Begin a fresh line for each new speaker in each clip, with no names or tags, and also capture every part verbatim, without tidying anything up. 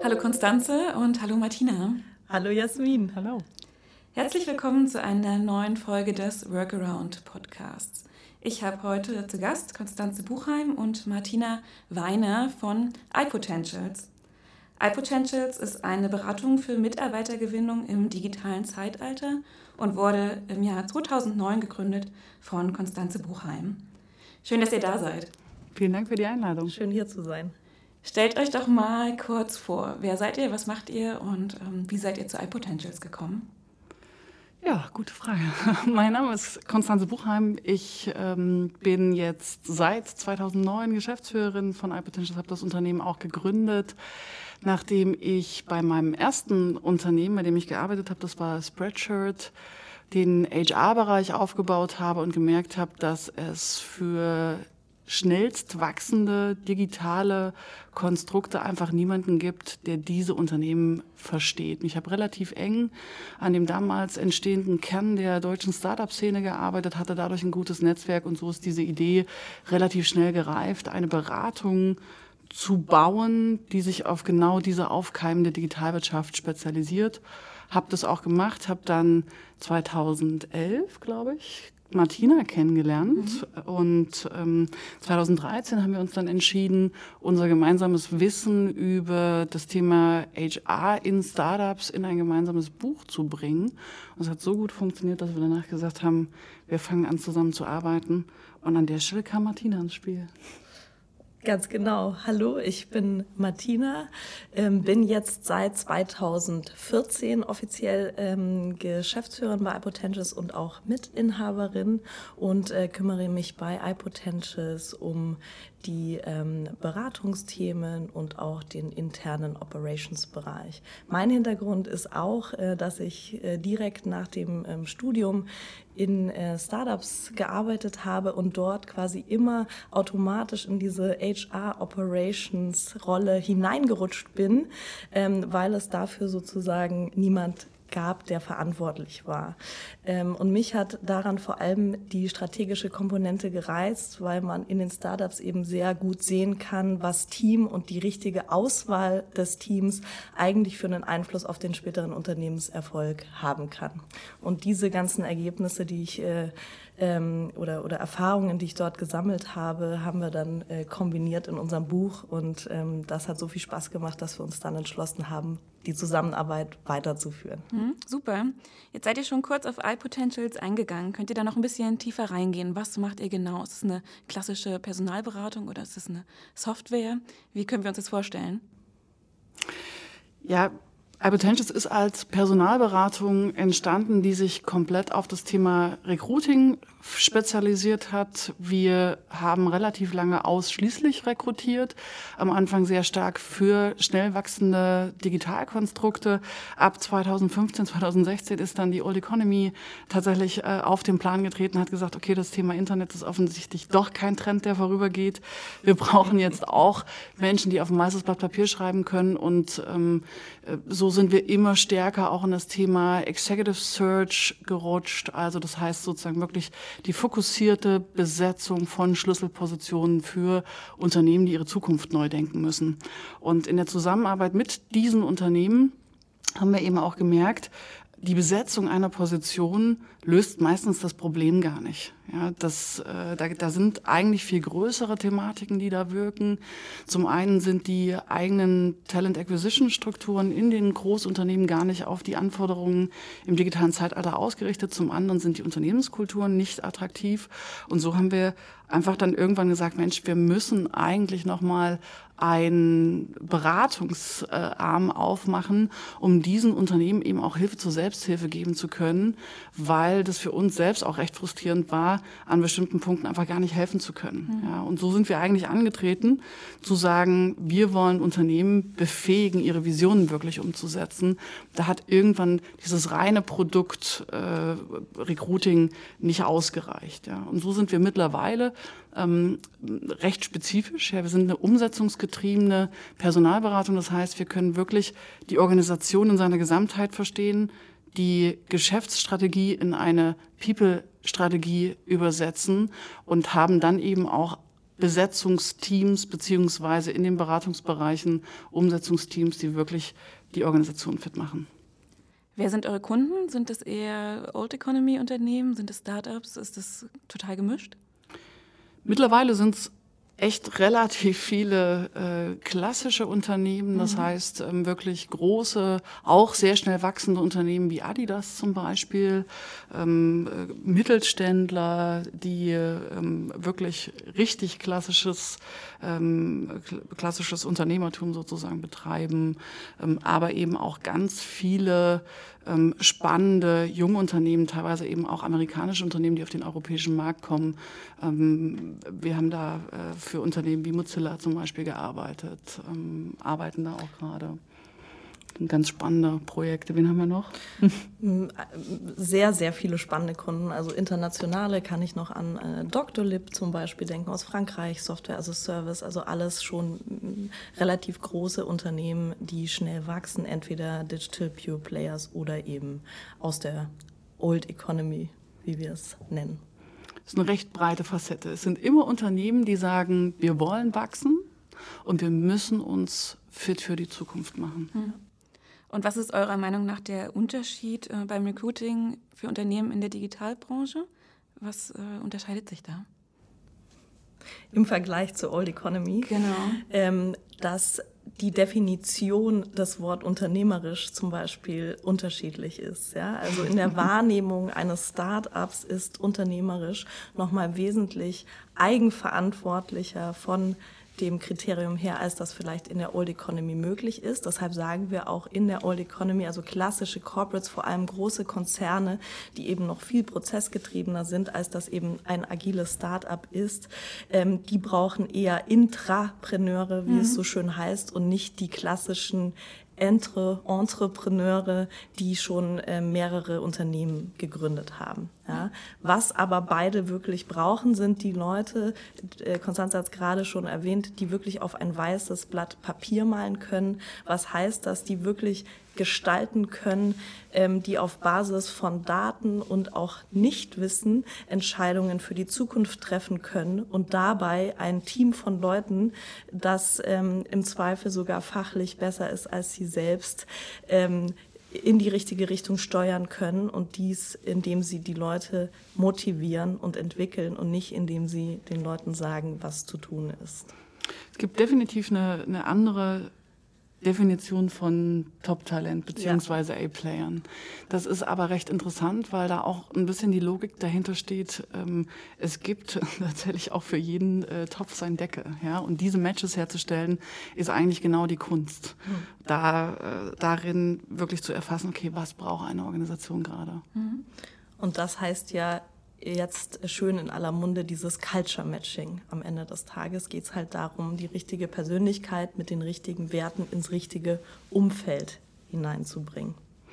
Hallo Konstanze und hallo Martina.
Hallo Jasmin. Hallo.
Herzlich willkommen zu einer neuen Folge des Workaround Podcasts. Ich habe heute zu Gast Konstanze Buchheim und Martina Weiner von iPotentials. iPotentials ist eine Beratung für Mitarbeitergewinnung im digitalen Zeitalter und wurde im Jahr zweitausendneun gegründet von Konstanze Buchheim. Schön, dass ihr da seid.
Vielen Dank für die Einladung. Schön, hier zu sein.
Stellt euch doch mal kurz vor, wer seid ihr, was macht ihr und ähm, wie seid ihr zu iPotentials gekommen?
Ja, gute Frage. Mein Name ist Konstanze Buchheim. Ich ähm, bin jetzt seit zweitausendneun Geschäftsführerin von iPotentials, habe das Unternehmen auch gegründet, nachdem ich bei meinem ersten Unternehmen, bei dem ich gearbeitet habe, das war Spreadshirt, den H R-Bereich aufgebaut habe und gemerkt habe, dass es für schnellst wachsende digitale Konstrukte einfach niemanden gibt, der diese Unternehmen versteht. Und ich habe relativ eng an dem damals entstehenden Kern der deutschen Startup-Szene gearbeitet, hatte dadurch ein gutes Netzwerk und so ist diese Idee relativ schnell gereift, eine Beratung zu bauen, die sich auf genau diese aufkeimende Digitalwirtschaft spezialisiert. Habe das auch gemacht, habe dann zweitausendelf, glaube ich, Martina kennengelernt mhm. und ähm, zweitausenddreizehn haben wir uns dann entschieden, unser gemeinsames Wissen über das Thema H R in Startups in ein gemeinsames Buch zu bringen. Und es hat so gut funktioniert, dass wir danach gesagt haben, wir fangen an zusammen zu arbeiten und an der Stelle kam Martina ins Spiel.
Ganz genau. Hallo, ich bin Martina, ähm, bin jetzt seit zweitausendvierzehn offiziell ähm, Geschäftsführerin bei iPotentials und auch Mitinhaberin und äh, kümmere mich bei iPotentials um die ähm, Beratungsthemen und auch den internen Operations-Bereich. Mein Hintergrund ist auch, äh, dass ich äh, direkt nach dem ähm, Studium in äh, Startups gearbeitet habe und dort quasi immer automatisch in diese H R-Operations-Rolle hineingerutscht bin, ähm, weil es dafür sozusagen niemand gab, der verantwortlich war. Ähm, und mich hat daran vor allem die strategische Komponente gereizt, weil man in den Startups eben sehr gut sehen kann, was Team und die richtige Auswahl des Teams eigentlich für einen Einfluss auf den späteren Unternehmenserfolg haben kann. Und diese ganzen Ergebnisse, die ich äh, ähm, oder, oder Erfahrungen, die ich dort gesammelt habe, haben wir dann äh, kombiniert in unserem Buch und ähm, das hat so viel Spaß gemacht, dass wir uns dann entschlossen haben, die Zusammenarbeit weiterzuführen.
Mhm, super. Jetzt seid ihr schon kurz auf iPotentials eingegangen. Könnt ihr da noch ein bisschen tiefer reingehen? Was macht ihr genau? Ist es eine klassische Personalberatung oder ist es eine Software? Wie können wir uns das vorstellen?
Ja, iPotentials ist als Personalberatung entstanden, die sich komplett auf das Thema Recruiting spezialisiert hat. Wir haben relativ lange ausschließlich rekrutiert, am Anfang sehr stark für schnell wachsende Digitalkonstrukte. Ab zweitausendfünfzehn, zweitausendsechzehn ist dann die Old Economy tatsächlich äh, auf den Plan getreten, hat gesagt, okay, das Thema Internet ist offensichtlich doch kein Trend, der vorübergeht. Wir brauchen jetzt auch Menschen, die auf ein weißes Blatt Papier schreiben können und ähm, so sind wir immer stärker auch in das Thema Executive Search gerutscht. Also das heißt sozusagen wirklich die fokussierte Besetzung von Schlüsselpositionen für Unternehmen, die ihre Zukunft neu denken müssen. Und in der Zusammenarbeit mit diesen Unternehmen haben wir eben auch gemerkt, die Besetzung einer Position löst meistens das Problem gar nicht. Ja, das, äh, da, da sind eigentlich viel größere Thematiken, die da wirken. Zum einen sind die eigenen Talent-Acquisition-Strukturen in den Großunternehmen gar nicht auf die Anforderungen im digitalen Zeitalter ausgerichtet. Zum anderen sind die Unternehmenskulturen nicht attraktiv. Und so haben wir einfach dann irgendwann gesagt, Mensch, wir müssen eigentlich nochmal einen Beratungsarm aufmachen, um diesen Unternehmen eben auch Hilfe zur Selbsthilfe geben zu können, weil das für uns selbst auch recht frustrierend war, an bestimmten Punkten einfach gar nicht helfen zu können. Mhm. Ja, und so sind wir eigentlich angetreten, zu sagen, wir wollen Unternehmen befähigen, ihre Visionen wirklich umzusetzen. Da hat irgendwann dieses reine Produkt äh, Recruiting nicht ausgereicht. Ja. Und so sind wir mittlerweile ähm, recht spezifisch. Ja, wir sind eine umsetzungsgetriebene Personalberatung. Das heißt, wir können wirklich die Organisation in seiner Gesamtheit verstehen, die Geschäftsstrategie in eine People-Strategie übersetzen und haben dann eben auch Besetzungsteams beziehungsweise in den Beratungsbereichen Umsetzungsteams, die wirklich die Organisation fit machen.
Wer sind eure Kunden? Sind das eher Old Economy Unternehmen? Sind es Startups? Ist das total gemischt?
Mittlerweile sind es echt relativ viele äh, klassische Unternehmen, das mhm. heißt ähm, wirklich große, auch sehr schnell wachsende Unternehmen wie Adidas zum Beispiel, ähm, äh, Mittelständler, die ähm, wirklich richtig klassisches, ähm, klassisches Unternehmertum sozusagen betreiben, ähm, aber eben auch ganz viele ähm, spannende junge Unternehmen, teilweise eben auch amerikanische Unternehmen, die auf den europäischen Markt kommen. Ähm, wir haben da äh, für Unternehmen wie Mozilla zum Beispiel gearbeitet, ähm, arbeiten da auch gerade. Ganz spannende Projekte. Wen haben wir noch?
Sehr, sehr viele spannende Kunden. Also internationale kann ich noch an äh, Doctolib zum Beispiel denken, aus Frankreich, Software as a Service, also alles schon m, relativ große Unternehmen, die schnell wachsen, entweder Digital Pure Players oder eben aus der Old Economy, wie wir es nennen.
Das ist eine recht breite Facette. Es sind immer Unternehmen, die sagen, wir wollen wachsen und wir müssen uns fit für die Zukunft machen.
Ja. Und was ist eurer Meinung nach der Unterschied äh, beim Recruiting für Unternehmen in der Digitalbranche? Was äh, unterscheidet sich da?
Im Vergleich zur Old Economy?
Genau.
Ähm, dass die Definition des Wort unternehmerisch zum Beispiel unterschiedlich ist. Ja? Also in der Wahrnehmung eines Start-ups ist unternehmerisch nochmal wesentlich eigenverantwortlicher von dem Kriterium her, als das vielleicht in der Old Economy möglich ist. Deshalb sagen wir auch in der Old Economy, also klassische Corporates, vor allem große Konzerne, die eben noch viel prozessgetriebener sind, als das eben ein agiles Start-up ist, ähm, die brauchen eher Intrapreneure, wie mhm. es so schön heißt, und nicht die klassischen Entre Entrepreneure, die schon äh, mehrere Unternehmen gegründet haben. Ja. Was aber beide wirklich brauchen, sind die Leute, äh, Constanze hat es gerade schon erwähnt, die wirklich auf ein weißes Blatt Papier malen können. Was heißt das? Die wirklich gestalten können, ähm, die auf Basis von Daten und auch Nichtwissen Entscheidungen für die Zukunft treffen können und dabei ein Team von Leuten, das ähm, im Zweifel sogar fachlich besser ist als sie selbst, ähm, in die richtige Richtung steuern können, und dies, indem sie die Leute motivieren und entwickeln und nicht, indem sie den Leuten sagen, was zu tun ist.
Es gibt definitiv eine, eine andere Definition von Top-Talent beziehungsweise ja. A-Playern. Das ist aber recht interessant, weil da auch ein bisschen die Logik dahinter steht. Ähm, es gibt tatsächlich auch für jeden äh, Topf sein Deckel. Ja? Und diese Matches herzustellen, ist eigentlich genau die Kunst. Mhm. Da, äh, darin wirklich zu erfassen, okay, was braucht eine Organisation gerade?
Mhm. Und das heißt ja jetzt schön in aller Munde dieses Culture Matching. Am Ende des Tages geht es halt darum, die richtige Persönlichkeit mit den richtigen Werten ins richtige Umfeld hineinzubringen.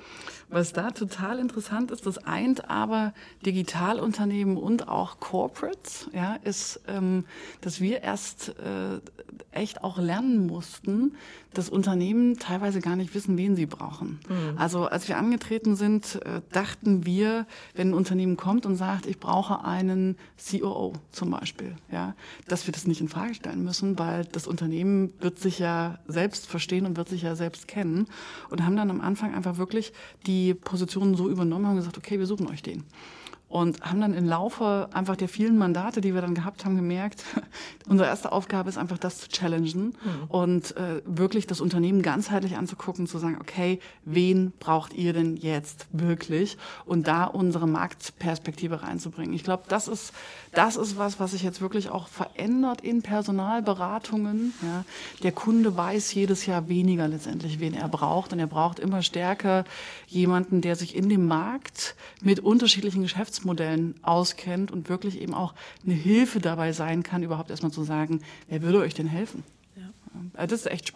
Was da total interessant ist, das eint aber Digitalunternehmen und auch Corporates, ja, ist, ähm, dass wir erst äh, echt auch lernen mussten, dass Unternehmen teilweise gar nicht wissen, wen sie brauchen. Mhm. Also als wir angetreten sind, äh, dachten wir, wenn ein Unternehmen kommt und sagt, ich brauche einen C O O zum Beispiel, ja, dass wir das nicht in Frage stellen müssen, weil das Unternehmen wird sich ja selbst verstehen und wird sich ja selbst kennen, und haben dann am Anfang einfach wirklich die die Positionen so übernommen, haben gesagt, okay, wir suchen euch den. Und haben dann im Laufe einfach der vielen Mandate, die wir dann gehabt haben, gemerkt, unsere erste Aufgabe ist einfach, das zu challengen mhm. und äh, wirklich das Unternehmen ganzheitlich anzugucken, zu sagen, okay, wen braucht ihr denn jetzt wirklich? Und da unsere Marktperspektive reinzubringen. Ich glaube, das ist, das ist was, was sich jetzt wirklich auch verändert in Personalberatungen. Ja. Der Kunde weiß jedes Jahr weniger letztendlich, wen er braucht. Und er braucht immer stärker jemanden, der sich in dem Markt mit unterschiedlichen Geschäftsmodellen Modellen auskennt und wirklich eben auch eine Hilfe dabei sein kann, überhaupt erstmal zu sagen, wer würde euch denn helfen? Ja. Das ist echt spannend.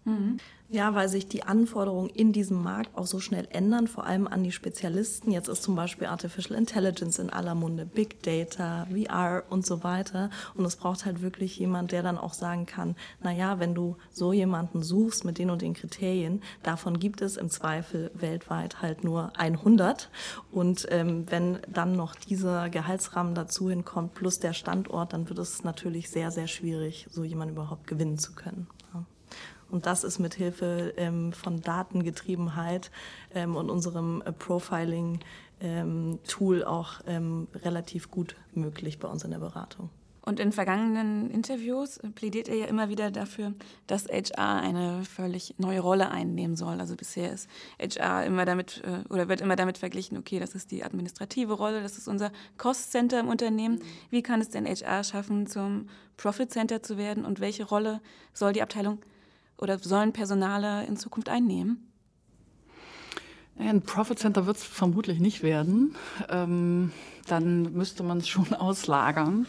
Mhm. Ja, weil sich die Anforderungen in diesem Markt auch so schnell ändern, vor allem an die Spezialisten. Jetzt ist zum Beispiel Artificial Intelligence in aller Munde, Big Data, V R und so weiter. Und es braucht halt wirklich jemand, der dann auch sagen kann, naja, wenn du so jemanden suchst mit den und den Kriterien, davon gibt es im Zweifel weltweit halt nur hundert. Und ähm, wenn dann noch dieser Gehaltsrahmen dazu hinkommt, plus der Standort, dann wird es natürlich sehr, sehr schwierig, so jemanden überhaupt gewinnen zu können. Ja. Und das ist mit Hilfe ähm, von Datengetriebenheit ähm, und unserem äh, Profiling-Tool ähm, auch ähm, relativ gut möglich bei uns in der Beratung.
Und in vergangenen Interviews plädiert er ja immer wieder dafür, dass H R eine völlig neue Rolle einnehmen soll. Also bisher ist H R immer damit oder wird immer damit verglichen, okay, das ist die administrative Rolle, das ist unser Cost Center im Unternehmen. Wie kann es denn H R schaffen, zum Profit Center zu werden und welche Rolle soll die Abteilung oder sollen Personale in Zukunft einnehmen?
Ein Profit Center wird es vermutlich nicht werden. Ähm, dann müsste man es schon auslagern.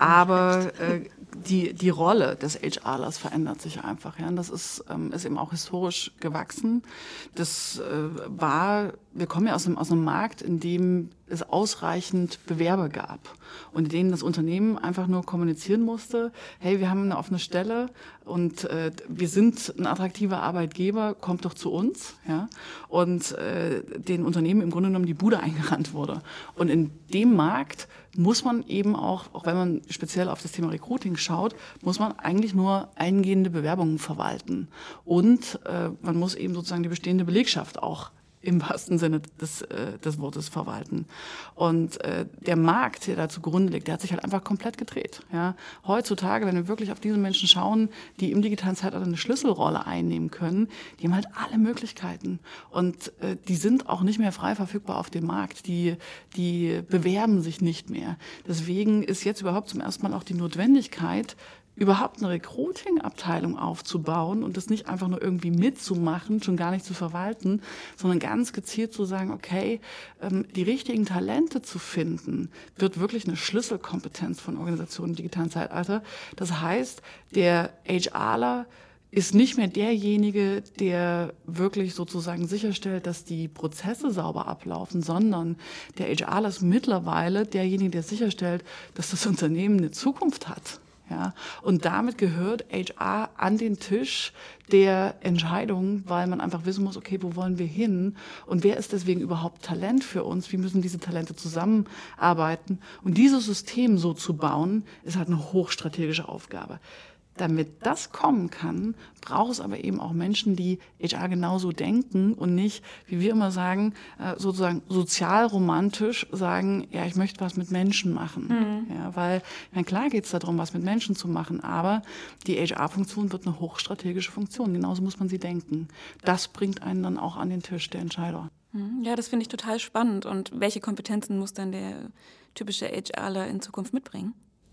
Aber äh, die, die Rolle des H Rlers verändert sich einfach. Ja? Das ist, ähm, ist eben auch historisch gewachsen. Das äh, war, wir kommen ja aus einem, aus einem Markt, in dem es ausreichend Bewerber gab und in denen das Unternehmen einfach nur kommunizieren musste, hey, wir haben eine offene Stelle und äh, wir sind ein attraktiver Arbeitgeber, kommt doch zu uns. Ja? Und äh, den Unternehmen im Grunde genommen die Bude eingerannt wurde. Und in dem Markt muss man eben auch, auch wenn man speziell auf das Thema Recruiting schaut, muss man eigentlich nur eingehende Bewerbungen verwalten. Und äh, man muss eben sozusagen die bestehende Belegschaft auch im wahrsten Sinne des, äh, des Wortes verwalten. Und äh, der Markt, der da zugrunde liegt, der hat sich halt einfach komplett gedreht. Ja? Heutzutage, wenn wir wirklich auf diese Menschen schauen, die im digitalen Zeitalter eine Schlüsselrolle einnehmen können, die haben halt alle Möglichkeiten. Und äh, die sind auch nicht mehr frei verfügbar auf dem Markt. Die, die bewerben sich nicht mehr. Deswegen ist jetzt überhaupt zum ersten Mal auch die Notwendigkeit, überhaupt eine Recruiting-Abteilung aufzubauen und das nicht einfach nur irgendwie mitzumachen, schon gar nicht zu verwalten, sondern ganz gezielt zu sagen, okay, die richtigen Talente zu finden, wird wirklich eine Schlüsselkompetenz von Organisationen im digitalen Zeitalter. Das heißt, der HRler ist nicht mehr derjenige, der wirklich sozusagen sicherstellt, dass die Prozesse sauber ablaufen, sondern der HRler ist mittlerweile derjenige, der sicherstellt, dass das Unternehmen eine Zukunft hat. Ja, und damit gehört H R an den Tisch der Entscheidungen, weil man einfach wissen muss, okay, wo wollen wir hin und wer ist deswegen überhaupt Talent für uns? Wie müssen diese Talente zusammenarbeiten? Und dieses System so zu bauen, ist halt eine hochstrategische Aufgabe. Damit das kommen kann, braucht es aber eben auch Menschen, die H R genauso denken und nicht, wie wir immer sagen, sozusagen sozialromantisch sagen, ja, ich möchte was mit Menschen machen. Mhm. Ja, weil, ja, klar geht es darum, was mit Menschen zu machen, aber die H R-Funktion wird eine hochstrategische Funktion. Genauso muss man sie denken. Das bringt einen dann auch an den Tisch der Entscheider.
Ja, das finde ich total spannend. Und welche Kompetenzen muss dann der typische HRler in Zukunft mitbringen?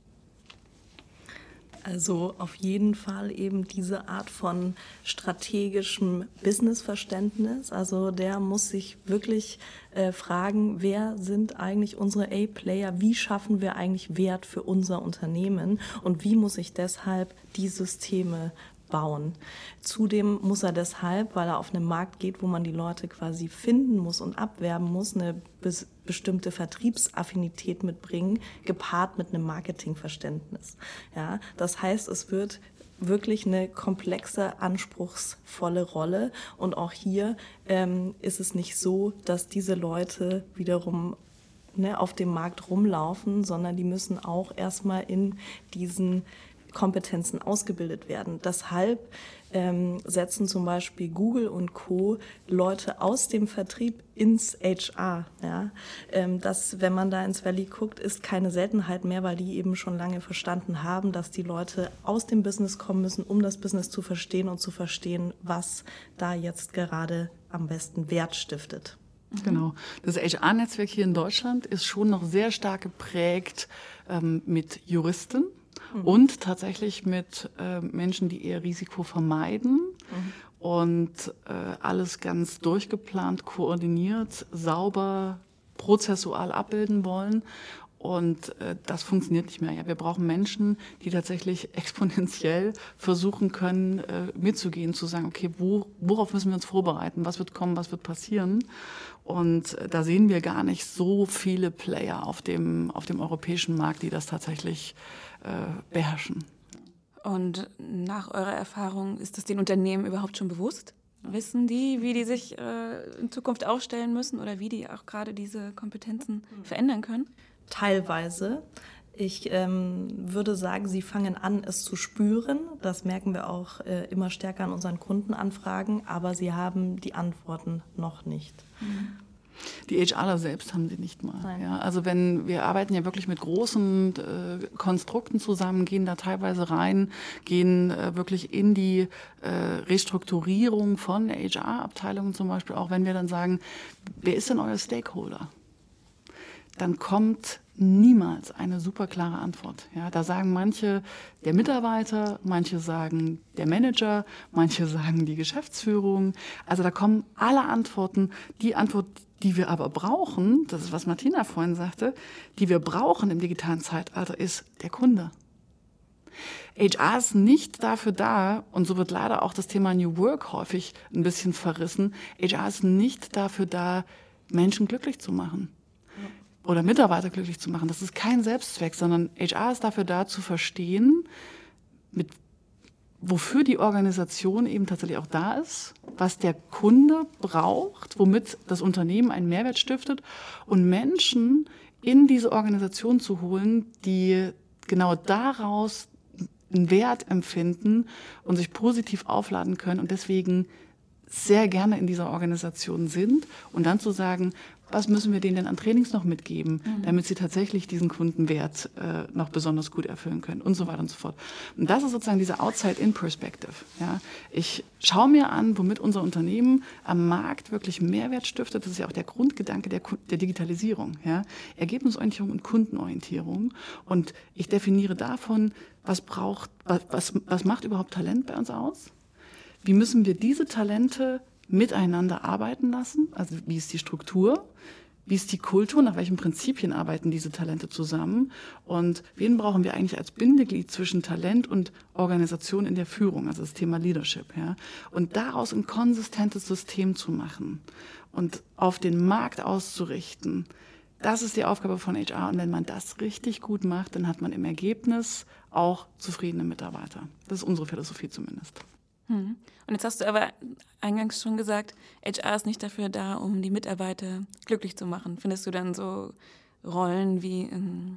Also auf jeden Fall eben diese Art von strategischem Businessverständnis. Also der muss sich wirklich äh, fragen, wer sind eigentlich unsere A-Player? Wie schaffen wir eigentlich Wert für unser Unternehmen? Und wie muss ich deshalb die Systeme bauen. Zudem muss er deshalb, weil er auf einen Markt geht, wo man die Leute quasi finden muss und abwerben muss, eine bes- bestimmte Vertriebsaffinität mitbringen, gepaart mit einem Marketingverständnis. Ja, das heißt, es wird wirklich eine komplexe, anspruchsvolle Rolle. Und auch hier ähm, ist es nicht so, dass diese Leute wiederum ne, auf dem Markt rumlaufen, sondern die müssen auch erstmal in diesen Kompetenzen ausgebildet werden. Deshalb ähm, setzen zum Beispiel Google und Co. Leute aus dem Vertrieb ins H R. Ja? Ähm, das, wenn man da ins Valley guckt, ist keine Seltenheit mehr, weil die eben schon lange verstanden haben, dass die Leute aus dem Business kommen müssen, um das Business zu verstehen und zu verstehen, was da jetzt gerade am besten Wert stiftet.
Genau. Das H R-Netzwerk hier in Deutschland ist schon noch sehr stark geprägt ähm, mit Juristen. Mhm. Und tatsächlich mit äh, Menschen, die eher Risiko vermeiden mhm. und äh, alles ganz durchgeplant, koordiniert, sauber, prozessual abbilden wollen. Und äh, das funktioniert nicht mehr. Ja, wir brauchen Menschen, die tatsächlich exponentiell versuchen können, äh, mitzugehen, zu sagen, okay, wo, worauf müssen wir uns vorbereiten? Was wird kommen? Was wird passieren? Und äh, da sehen wir gar nicht so viele Player auf dem, auf dem europäischen Markt, die das tatsächlich äh, beherrschen.
Und nach eurer Erfahrung, ist das den Unternehmen überhaupt schon bewusst? Wissen die, wie die sich äh, in Zukunft aufstellen müssen oder wie die auch gerade diese Kompetenzen verändern können?
Teilweise. Ich ähm, würde sagen, sie fangen an, es zu spüren. Das merken wir auch äh, immer stärker an unseren Kundenanfragen, aber sie haben die Antworten noch nicht.
Mhm. Die HRler selbst haben sie nicht mal. Ja, also wenn wir arbeiten ja wirklich mit großen äh, Konstrukten zusammen, gehen da teilweise rein, gehen äh, wirklich in die äh, Restrukturierung von H R-Abteilungen zum Beispiel, auch wenn wir dann sagen, wer ist denn euer Stakeholder? Dann kommt niemals eine super klare Antwort. Ja, da sagen manche der Mitarbeiter, manche sagen der Manager, manche sagen die Geschäftsführung. Also da kommen alle Antworten. Die Antwort, die wir aber brauchen, das ist, was Martina vorhin sagte, die wir brauchen im digitalen Zeitalter, ist der Kunde. H R ist nicht dafür da, und so wird leider auch das Thema New Work häufig ein bisschen verrissen, H R ist nicht dafür da, Menschen glücklich zu machen. Oder Mitarbeiter glücklich zu machen. Das ist kein Selbstzweck, sondern H R ist dafür da, zu verstehen, mit, wofür die Organisation eben tatsächlich auch da ist, was der Kunde braucht, womit das Unternehmen einen Mehrwert stiftet und Menschen in diese Organisation zu holen, die genau daraus einen Wert empfinden und sich positiv aufladen können und deswegen sehr gerne in dieser Organisation sind und dann zu sagen, was müssen wir denen denn an Trainings noch mitgeben, mhm. damit sie tatsächlich diesen Kundenwert äh, noch besonders gut erfüllen können und so weiter und so fort. Und das ist sozusagen diese Outside-in-Perspective. Ja? Ich schaue mir an, womit unser Unternehmen am Markt wirklich Mehrwert stiftet. Das ist ja auch der Grundgedanke der, der Digitalisierung. Ja? Ergebnisorientierung und Kundenorientierung. Und ich definiere davon, was braucht, was, was, was macht überhaupt Talent bei uns aus? Wie müssen wir diese Talente miteinander arbeiten lassen? Also wie ist die Struktur? Wie ist die Kultur? Nach welchen Prinzipien arbeiten diese Talente zusammen? Und wen brauchen wir eigentlich als Bindeglied zwischen Talent und Organisation in der Führung? Also das Thema Leadership. Ja? Und daraus ein konsistentes System zu machen und auf den Markt auszurichten, das ist die Aufgabe von H R. Und wenn man das richtig gut macht, dann hat man im Ergebnis auch zufriedene Mitarbeiter. Das ist unsere Philosophie zumindest.
Hm. Und jetzt hast du aber eingangs schon gesagt, H R ist nicht dafür da, um die Mitarbeiter glücklich zu machen. Findest du dann so Rollen wie ein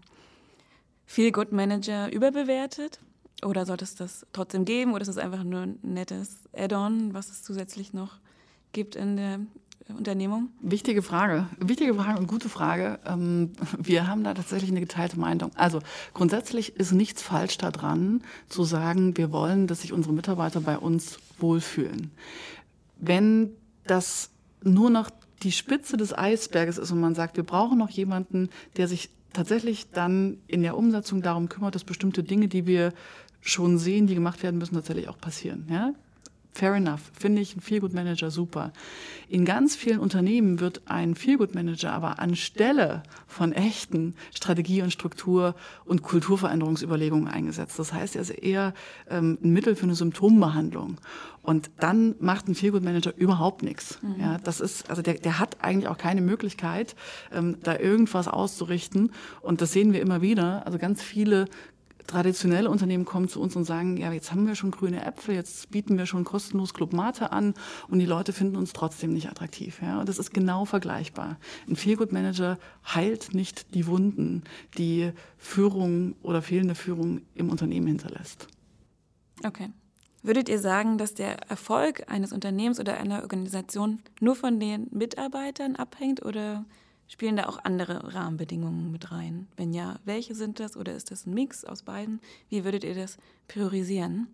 Feel-Good-Manager überbewertet? Oder sollte es das trotzdem geben? Oder ist es einfach nur ein nettes Add-on, was es zusätzlich noch gibt in der Unternehmung?
Wichtige Frage, wichtige Frage und gute Frage. Wir haben da tatsächlich eine geteilte Meinung. Also grundsätzlich ist nichts falsch daran, zu sagen, wir wollen, dass sich unsere Mitarbeiter bei uns wohlfühlen. Wenn das nur noch die Spitze des Eisberges ist und man sagt, wir brauchen noch jemanden, der sich tatsächlich dann in der Umsetzung darum kümmert, dass bestimmte Dinge, die wir schon sehen, die gemacht werden müssen, tatsächlich auch passieren. Ja? Fair enough, finde ich einen Feel-Good-Manager super. In ganz vielen Unternehmen wird ein Feel-Good-Manager aber anstelle von echten Strategie- und Struktur- und Kulturveränderungsüberlegungen eingesetzt. Das heißt, er ist eher ähm, ein Mittel für eine Symptombehandlung. Und dann macht ein Feel-Good-Manager überhaupt nichts. Mhm. Ja, das ist, also der, der hat eigentlich auch keine Möglichkeit, ähm, da irgendwas auszurichten. Und das sehen wir immer wieder. Also ganz viele traditionelle Unternehmen kommen zu uns und sagen, ja, jetzt haben wir schon grüne Äpfel, jetzt bieten wir schon kostenlos Club Mate an und die Leute finden uns trotzdem nicht attraktiv. Ja? Und das ist genau vergleichbar. Ein Feel-Good-Manager heilt nicht die Wunden, die Führung oder fehlende Führung im Unternehmen hinterlässt.
Okay. Würdet ihr sagen, dass der Erfolg eines Unternehmens oder einer Organisation nur von den Mitarbeitern abhängt oder spielen da auch andere Rahmenbedingungen mit rein? Wenn ja, welche sind das oder ist das ein Mix aus beiden? Wie würdet ihr das priorisieren?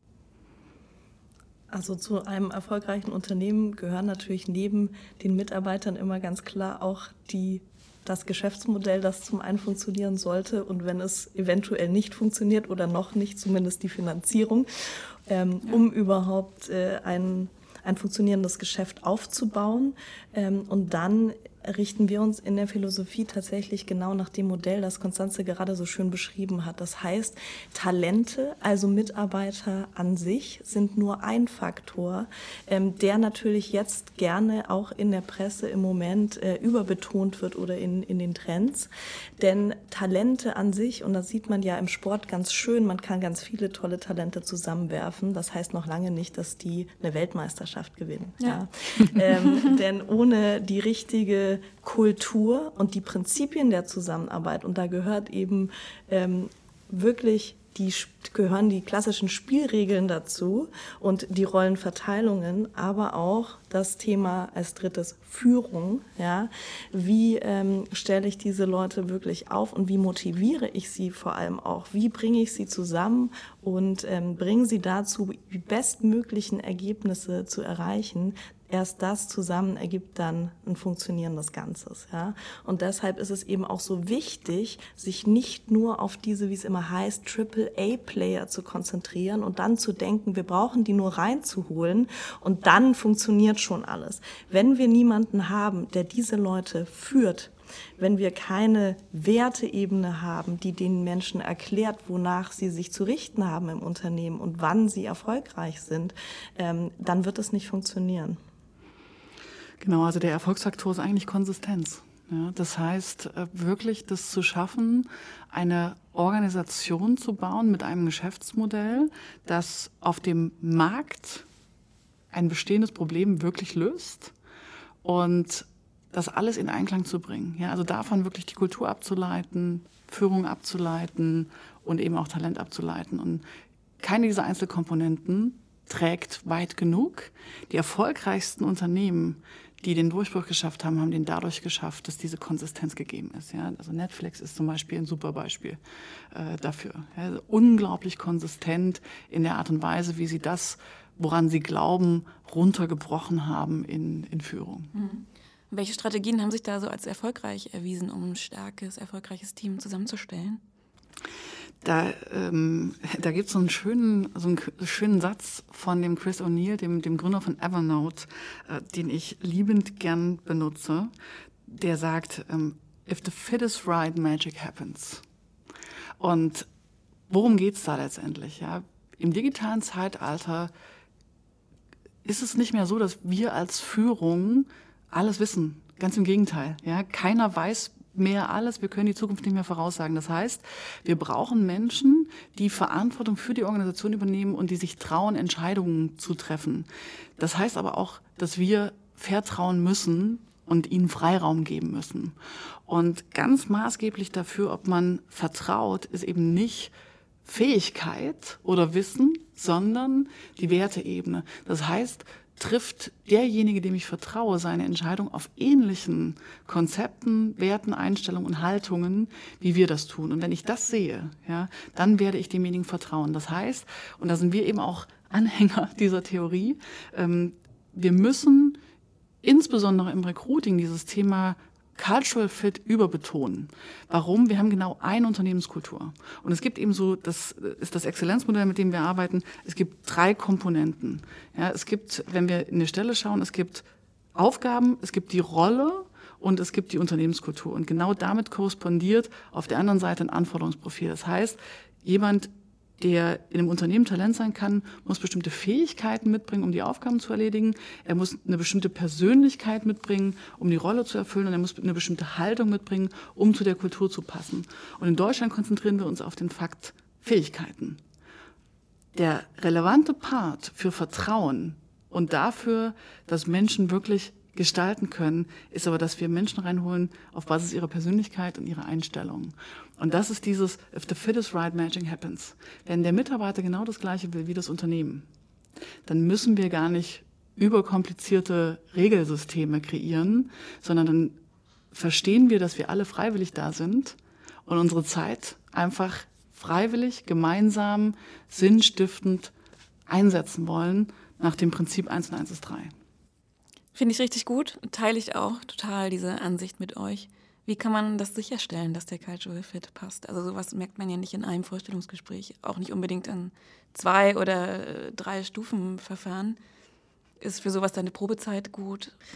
Also zu einem erfolgreichen Unternehmen gehören natürlich neben den Mitarbeitern immer ganz klar auch die, das Geschäftsmodell, das zum einen funktionieren sollte und wenn es eventuell nicht funktioniert oder noch nicht, zumindest die Finanzierung, ähm, ja. um überhaupt äh, ein, ein funktionierendes Geschäft aufzubauen. Ähm, und dann richten wir uns in der Philosophie tatsächlich genau nach dem Modell, das Constanze gerade so schön beschrieben hat. Das heißt, Talente, also Mitarbeiter an sich, sind nur ein Faktor, ähm, der natürlich jetzt gerne auch in der Presse im Moment äh, überbetont wird oder in, in den Trends. Denn Talente an sich, und das sieht man ja im Sport ganz schön, man kann ganz viele tolle Talente zusammenwerfen. Das heißt noch lange nicht, dass die eine Weltmeisterschaft gewinnen. Ja. Ja. ähm, denn ohne die richtige Kultur und die Prinzipien der Zusammenarbeit, und da gehört eben ähm, wirklich die gehören die klassischen Spielregeln dazu und die Rollenverteilungen, aber auch das Thema als drittes Führung. Ja, wie ähm, stelle ich diese Leute wirklich auf und wie motiviere ich sie vor allem auch? Wie bringe ich sie zusammen und ähm, bringe sie dazu, die bestmöglichen Ergebnisse zu erreichen? Erst das zusammen ergibt dann ein funktionierendes Ganzes. Ja? Und deshalb ist es eben auch so wichtig, sich nicht nur auf diese, wie es immer heißt, Triple A Player zu konzentrieren und dann zu denken, wir brauchen die nur reinzuholen und dann funktioniert schon alles. Wenn wir niemanden haben, der diese Leute führt, wenn wir keine Werteebene haben, die den Menschen erklärt, wonach sie sich zu richten haben im Unternehmen und wann sie erfolgreich sind, ähm, dann wird es nicht funktionieren.
Genau, also der Erfolgsfaktor ist eigentlich Konsistenz. Ja, das heißt, wirklich das zu schaffen, eine Organisation zu bauen mit einem Geschäftsmodell, das auf dem Markt ein bestehendes Problem wirklich löst und das alles in Einklang zu bringen. Ja, also davon wirklich die Kultur abzuleiten, Führung abzuleiten und eben auch Talent abzuleiten. Und keine dieser Einzelkomponenten trägt weit genug. Die erfolgreichsten Unternehmen, die den Durchbruch geschafft haben, haben den dadurch geschafft, dass diese Konsistenz gegeben ist. Ja, also Netflix ist zum Beispiel ein super Beispiel äh, dafür. Ja, also unglaublich konsistent in der Art und Weise, wie sie das, woran sie glauben, runtergebrochen haben in, in Führung.
Mhm. Welche Strategien haben sich da so als erfolgreich erwiesen, um ein starkes, erfolgreiches Team zusammenzustellen?
Da, ähm, da gibt es so einen schönen, so einen schönen Satz von dem Chris O'Neill, dem, dem Gründer von Evernote, äh, den ich liebend gern benutze. Der sagt, ähm, if the fit is right, magic happens. Und worum geht es da letztendlich? Ja? Im digitalen Zeitalter ist es nicht mehr so, dass wir als Führung alles wissen. Ganz im Gegenteil. Ja? Keiner weiß mehr alles, wir können die Zukunft nicht mehr voraussagen. Das heißt, wir brauchen Menschen, die Verantwortung für die Organisation übernehmen und die sich trauen, Entscheidungen zu treffen. Das heißt aber auch, dass wir vertrauen müssen und ihnen Freiraum geben müssen. Und ganz maßgeblich dafür, ob man vertraut, ist eben nicht Fähigkeit oder Wissen, sondern die Werteebene. Das heißt, trifft derjenige, dem ich vertraue, seine Entscheidung auf ähnlichen Konzepten, Werten, Einstellungen und Haltungen, wie wir das tun. Und wenn ich das sehe, ja, dann werde ich demjenigen vertrauen. Das heißt, und da sind wir eben auch Anhänger dieser Theorie, ähm, wir müssen insbesondere im Recruiting dieses Thema Cultural Fit überbetonen. Warum? Wir haben genau eine Unternehmenskultur. Und es gibt eben so, das ist das Exzellenzmodell, mit dem wir arbeiten, es gibt drei Komponenten. Ja, es gibt, wenn wir in eine Stelle schauen, es gibt Aufgaben, es gibt die Rolle und es gibt die Unternehmenskultur. Und genau damit korrespondiert auf der anderen Seite ein Anforderungsprofil. Das heißt, jemand, der in einem Unternehmen Talent sein kann, muss bestimmte Fähigkeiten mitbringen, um die Aufgaben zu erledigen. Er muss eine bestimmte Persönlichkeit mitbringen, um die Rolle zu erfüllen. Und er muss eine bestimmte Haltung mitbringen, um zu der Kultur zu passen. Und in Deutschland konzentrieren wir uns auf den Fakt Fähigkeiten. Der relevante Part für Vertrauen und dafür, dass Menschen wirklich gestalten können, ist aber, dass wir Menschen reinholen auf Basis ihrer Persönlichkeit und ihrer Einstellung. Und das ist dieses, if the fit is right, magic happens. Wenn der Mitarbeiter genau das Gleiche will wie das Unternehmen, dann müssen wir gar nicht überkomplizierte Regelsysteme kreieren, sondern dann verstehen wir, dass wir alle freiwillig da sind und unsere Zeit einfach freiwillig, gemeinsam, sinnstiftend einsetzen wollen nach dem Prinzip eins und eins ist drei.
Finde ich richtig gut, teile ich auch total diese Ansicht mit euch. Wie kann man das sicherstellen, dass der Cultural Fit passt? Also sowas merkt man ja nicht in einem Vorstellungsgespräch, auch nicht unbedingt an zwei oder drei Stufen Verfahren. Ist für sowas deine Probezeit gut?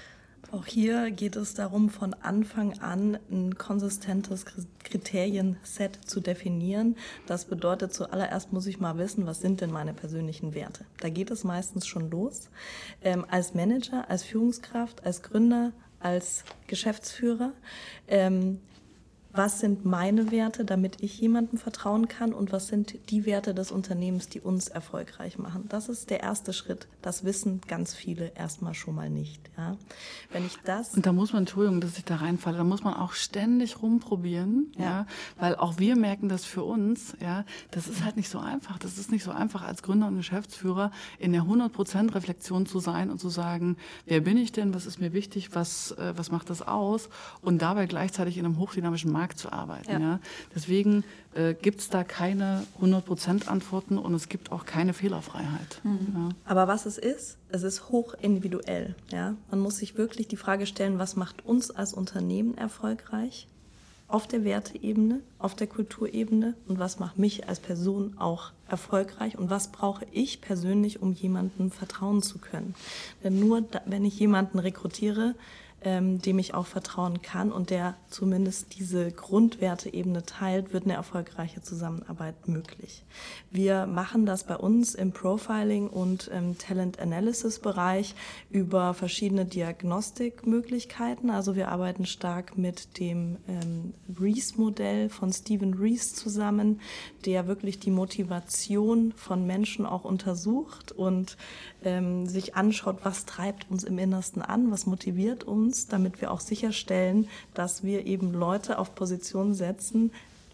Auch hier geht es darum, von Anfang an ein konsistentes Kriterienset zu definieren. Das bedeutet, zuallererst muss ich mal wissen, was sind denn meine persönlichen Werte. Da geht es meistens schon los. Ähm, als Manager, als Führungskraft, als Gründer, als Geschäftsführer. Ähm, Was sind meine Werte, damit ich jemandem vertrauen kann, und was sind die Werte des Unternehmens, die uns erfolgreich machen? Das ist der erste Schritt. Das wissen ganz viele erstmal schon mal nicht. Ja? Wenn ich das
und da muss man, Entschuldigung, dass ich da reinfalle, da muss man auch ständig rumprobieren, ja. ja, weil auch wir merken das für uns, ja, das ist halt nicht so einfach. Das ist nicht so einfach, als Gründer und Geschäftsführer in der hundert Prozent Reflexion zu sein und zu sagen, wer bin ich denn, was ist mir wichtig, was, äh, was macht das aus, und dabei gleichzeitig in einem hochdynamischen Markt zu arbeiten. Ja. Ja. Deswegen äh, gibt es da keine hundert Prozent Antworten und es gibt auch keine Fehlerfreiheit.
Mhm. Ja. Aber was es ist, es ist hoch individuell. Ja. Man muss sich wirklich die Frage stellen, was macht uns als Unternehmen erfolgreich auf der Werteebene, auf der Kulturebene, und was macht mich als Person auch erfolgreich und was brauche ich persönlich, um jemandem vertrauen zu können. Denn nur da, wenn ich jemanden rekrutiere, Ähm, dem ich auch vertrauen kann und der zumindest diese Grundwerteebene teilt, wird eine erfolgreiche Zusammenarbeit möglich. Wir machen das bei uns im Profiling- und im Talent-Analysis-Bereich über verschiedene Diagnostikmöglichkeiten. Also wir arbeiten stark mit dem ähm, Rees-Modell von Stephen Rees zusammen, der wirklich die Motivation von Menschen auch untersucht und ähm, sich anschaut, was treibt uns im Innersten an, was motiviert uns, damit wir auch sicherstellen, dass wir eben Leute auf Positionen setzen,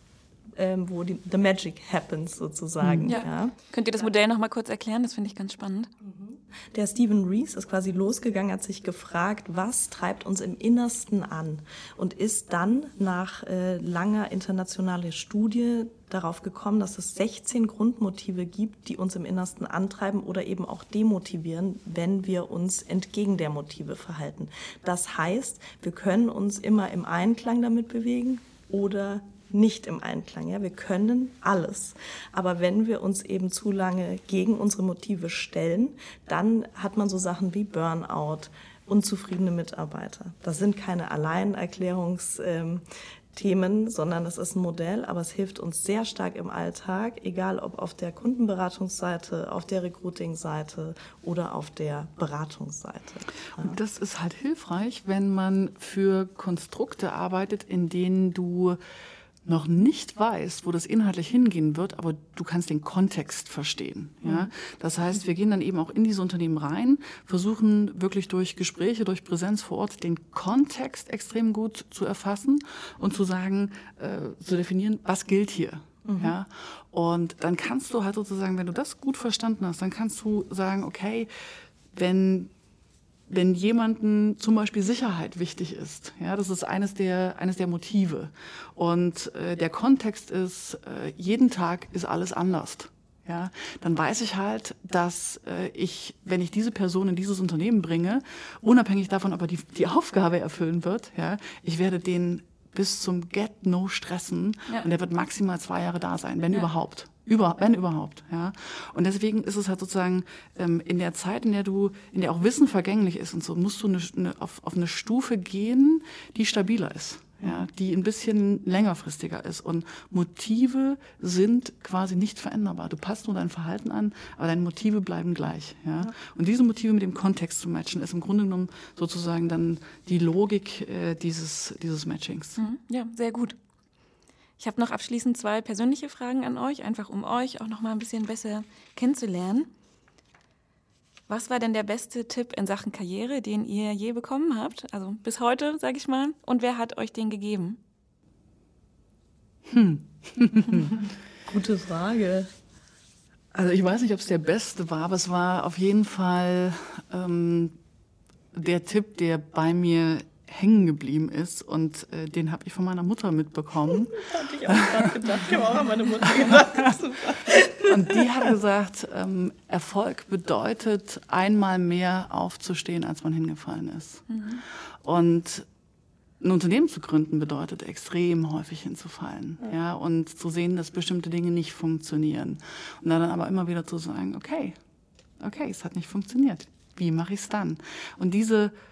ähm, wo die the magic happens sozusagen.
Ja. Ja. Könnt ihr das Modell noch mal kurz erklären? Das finde ich ganz spannend.
Der Stephen Rees ist quasi losgegangen, hat sich gefragt, was treibt uns im Innersten an, und ist dann nach äh, langer internationaler Studie darauf gekommen, dass es sechzehn Grundmotive gibt, die uns im Innersten antreiben oder eben auch demotivieren, wenn wir uns entgegen der Motive verhalten. Das heißt, wir können uns immer im Einklang damit bewegen oder nicht im Einklang. Ja? Wir können alles. Aber wenn wir uns eben zu lange gegen unsere Motive stellen, dann hat man so Sachen wie Burnout, unzufriedene Mitarbeiter. Das sind keine Alleinerklärungsthemen, ähm, sondern das ist ein Modell, aber es hilft uns sehr stark im Alltag, egal ob auf der Kundenberatungsseite, auf der Recruiting-Seite oder auf der Beratungsseite. Ja.
Und das ist halt hilfreich, wenn man für Konstrukte arbeitet, in denen du noch nicht weißt, wo das inhaltlich hingehen wird, aber du kannst den Kontext verstehen. Ja? Das heißt, wir gehen dann eben auch in diese Unternehmen rein, versuchen wirklich durch Gespräche, durch Präsenz vor Ort den Kontext extrem gut zu erfassen und zu sagen, äh, zu definieren, was gilt hier. Mhm. Ja? Und dann kannst du halt sozusagen, wenn du das gut verstanden hast, dann kannst du sagen, okay, wenn Wenn jemandem zum Beispiel Sicherheit wichtig ist, ja, das ist eines der, eines der Motive. Und äh, der Kontext ist, äh, jeden Tag ist alles anders. Ja, dann weiß ich halt, dass äh, ich, wenn ich diese Person in dieses Unternehmen bringe, unabhängig davon, ob er die, die Aufgabe erfüllen wird, ja, ich werde den bis zum Get-No stressen, ja. Und der wird maximal zwei Jahre da sein, wenn ja. überhaupt. Über, wenn überhaupt, ja. Und deswegen ist es halt sozusagen ähm, in der Zeit, in der du, in der auch Wissen vergänglich ist und so, musst du eine, eine, auf, auf eine Stufe gehen, die stabiler ist, ja, die ein bisschen längerfristiger ist. Und Motive sind quasi nicht veränderbar. Du passt nur dein Verhalten an, aber deine Motive bleiben gleich, ja. Ja. Und diese Motive mit dem Kontext zu matchen, ist im Grunde genommen sozusagen dann die Logik äh, dieses, dieses Matchings.
Mhm. Ja, sehr gut. Ich habe noch abschließend zwei persönliche Fragen an euch, einfach um euch auch noch mal ein bisschen besser kennenzulernen. Was war denn der beste Tipp in Sachen Karriere, den ihr je bekommen habt? Also bis heute, sage ich mal. Und wer hat euch den gegeben?
Hm.
Gute Frage.
Also ich weiß nicht, ob es der beste war, aber es war auf jeden Fall ähm, der Tipp, der bei mir hängen geblieben ist, und äh, den habe ich von meiner Mutter mitbekommen.
Das hatte ich auch gerade gedacht. Ich habe auch an meine Mutter gedacht.
Und die hat gesagt, ähm, Erfolg bedeutet, einmal mehr aufzustehen, als man hingefallen ist. Mhm. Und ein Unternehmen zu gründen bedeutet, extrem häufig hinzufallen, ja. Ja, und zu sehen, dass bestimmte Dinge nicht funktionieren. Und dann aber immer wieder zu sagen, okay, okay, es hat nicht funktioniert. Wie mache ich es dann? Und diese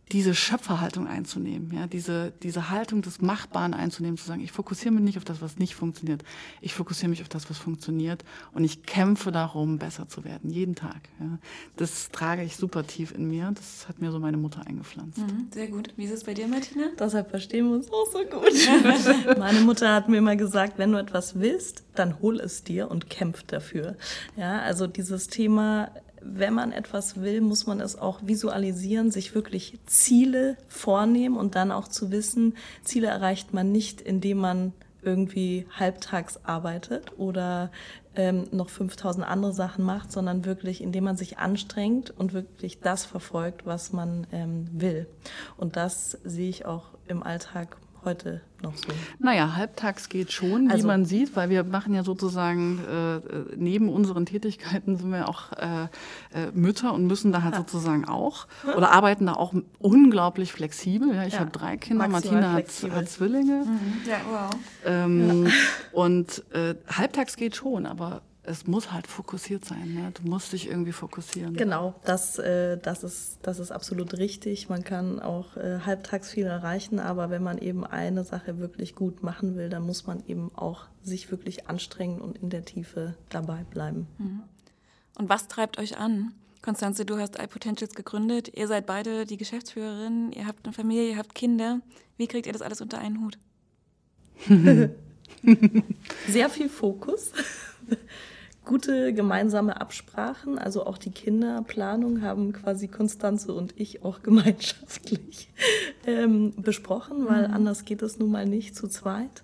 diese Schöpferhaltung einzunehmen, ja, diese, diese Haltung des Machbaren einzunehmen, zu sagen, ich fokussiere mich nicht auf das, was nicht funktioniert, ich fokussiere mich auf das, was funktioniert und ich kämpfe darum, besser zu werden, jeden Tag. Ja. Das trage ich super tief in mir, das hat mir so meine Mutter eingepflanzt.
Mhm, sehr gut. Wie ist es bei dir, Martina?
Deshalb verstehen wir uns auch so gut. Meine Mutter hat mir immer gesagt, wenn du etwas willst, dann hol es dir und kämpf dafür. Ja, also dieses Thema, wenn man etwas will, muss man es auch visualisieren, sich wirklich Ziele vornehmen und dann auch zu wissen, Ziele erreicht man nicht, indem man irgendwie halbtags arbeitet oder ähm, noch fünftausend andere Sachen macht, sondern wirklich, indem man sich anstrengt und wirklich das verfolgt, was man ähm, will. Und das sehe ich auch im Alltag heute noch so.
Naja, halbtags geht schon,
also,
wie man sieht, weil wir machen ja sozusagen, äh, neben unseren Tätigkeiten sind wir auch äh, äh, Mütter und müssen da halt ja. sozusagen auch, oder arbeiten da auch unglaublich flexibel. Ja, ich ja. habe drei Kinder, Martina hat, hat Zwillinge.
Mhm. Ja, wow.
Ähm, ja. Und äh, halbtags geht schon, aber es muss halt fokussiert sein, ne? Du musst dich irgendwie fokussieren.
Genau, das, äh, das, ist, das ist absolut richtig. Man kann auch äh, halbtags viel erreichen, aber wenn man eben eine Sache wirklich gut machen will, dann muss man eben auch sich wirklich anstrengen und in der Tiefe dabei bleiben.
Und was treibt euch an? Constanze, du hast iPotentials gegründet. Ihr seid beide die Geschäftsführerin, ihr habt eine Familie, ihr habt Kinder. Wie kriegt ihr das alles unter einen Hut?
Sehr viel Fokus. Gute gemeinsame Absprachen, also auch die Kinderplanung haben quasi Constanze und ich auch gemeinschaftlich ähm, besprochen, weil mhm. anders geht es nun mal nicht zu zweit.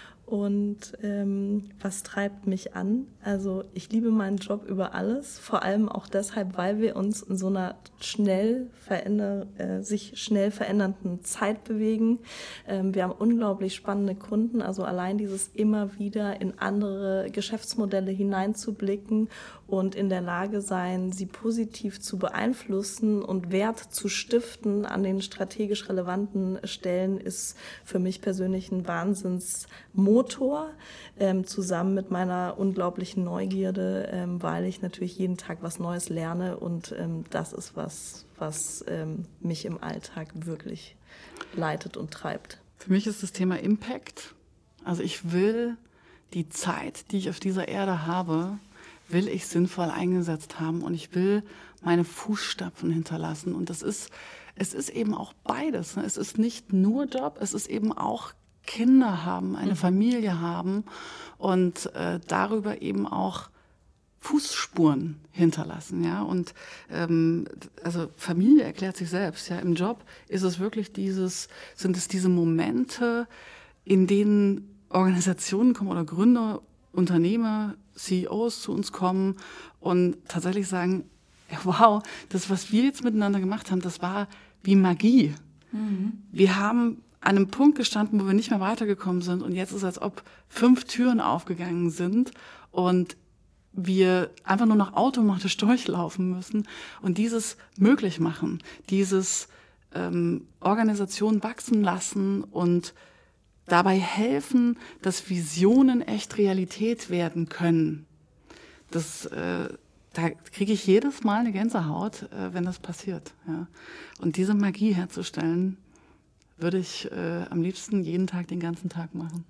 Und ähm, was treibt mich an? Also ich liebe meinen Job über alles, vor allem auch deshalb, weil wir uns in so einer schnell veränder- äh, sich schnell verändernden Zeit bewegen. Ähm, wir haben unglaublich spannende Kunden, also allein dieses immer wieder in andere Geschäftsmodelle hineinzublicken und in der Lage sein, sie positiv zu beeinflussen und Wert zu stiften an den strategisch relevanten Stellen, ist für mich persönlich ein Wahnsinnsmotor, ähm, zusammen mit meiner unglaublichen Neugierde, ähm, weil ich natürlich jeden Tag was Neues lerne und ähm, das ist was, was ähm, mich im Alltag wirklich leitet und treibt.
Für mich ist das Thema Impact. Also ich will die Zeit, die ich auf dieser Erde habe, will ich sinnvoll eingesetzt haben und ich will meine Fußstapfen hinterlassen. Und das ist, es ist eben auch beides. Ne? Es ist nicht nur Job, es ist eben auch Kinder haben, eine mhm. Familie haben und äh, darüber eben auch Fußspuren hinterlassen, ja. Und ähm, also Familie erklärt sich selbst, ja. Im Job ist es wirklich dieses, sind es diese Momente, in denen Organisationen kommen oder Gründer, Unternehmer, C E Os zu uns kommen und tatsächlich sagen, ja, wow, das, was wir jetzt miteinander gemacht haben, das war wie Magie. Mhm. Wir haben an einem Punkt gestanden, wo wir nicht mehr weitergekommen sind und jetzt ist es, als ob fünf Türen aufgegangen sind und wir einfach nur noch automatisch durchlaufen müssen und dieses möglich machen, dieses ähm, Organisation wachsen lassen und dabei helfen, dass Visionen echt Realität werden können. Das, äh, da kriege ich jedes Mal eine Gänsehaut, äh, wenn das passiert. Ja. Und diese Magie herzustellen, würde ich äh, am liebsten jeden Tag, den ganzen Tag machen.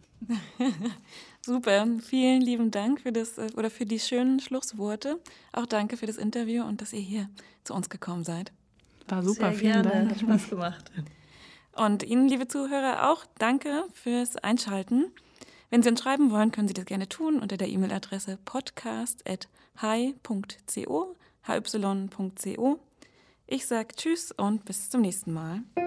Super, vielen lieben Dank für das oder für die schönen Schlussworte. Auch danke für das Interview und dass ihr hier zu uns gekommen seid.
War super,
Sehr
vielen
gerne.
Dank.
Hat Spaß gemacht.
Und Ihnen, liebe Zuhörer, auch danke fürs Einschalten. Wenn Sie uns schreiben wollen, können Sie das gerne tun unter der E-Mail-Adresse podcast at hy punkt co, hy punkt co. Ich sage Tschüss und bis zum nächsten Mal.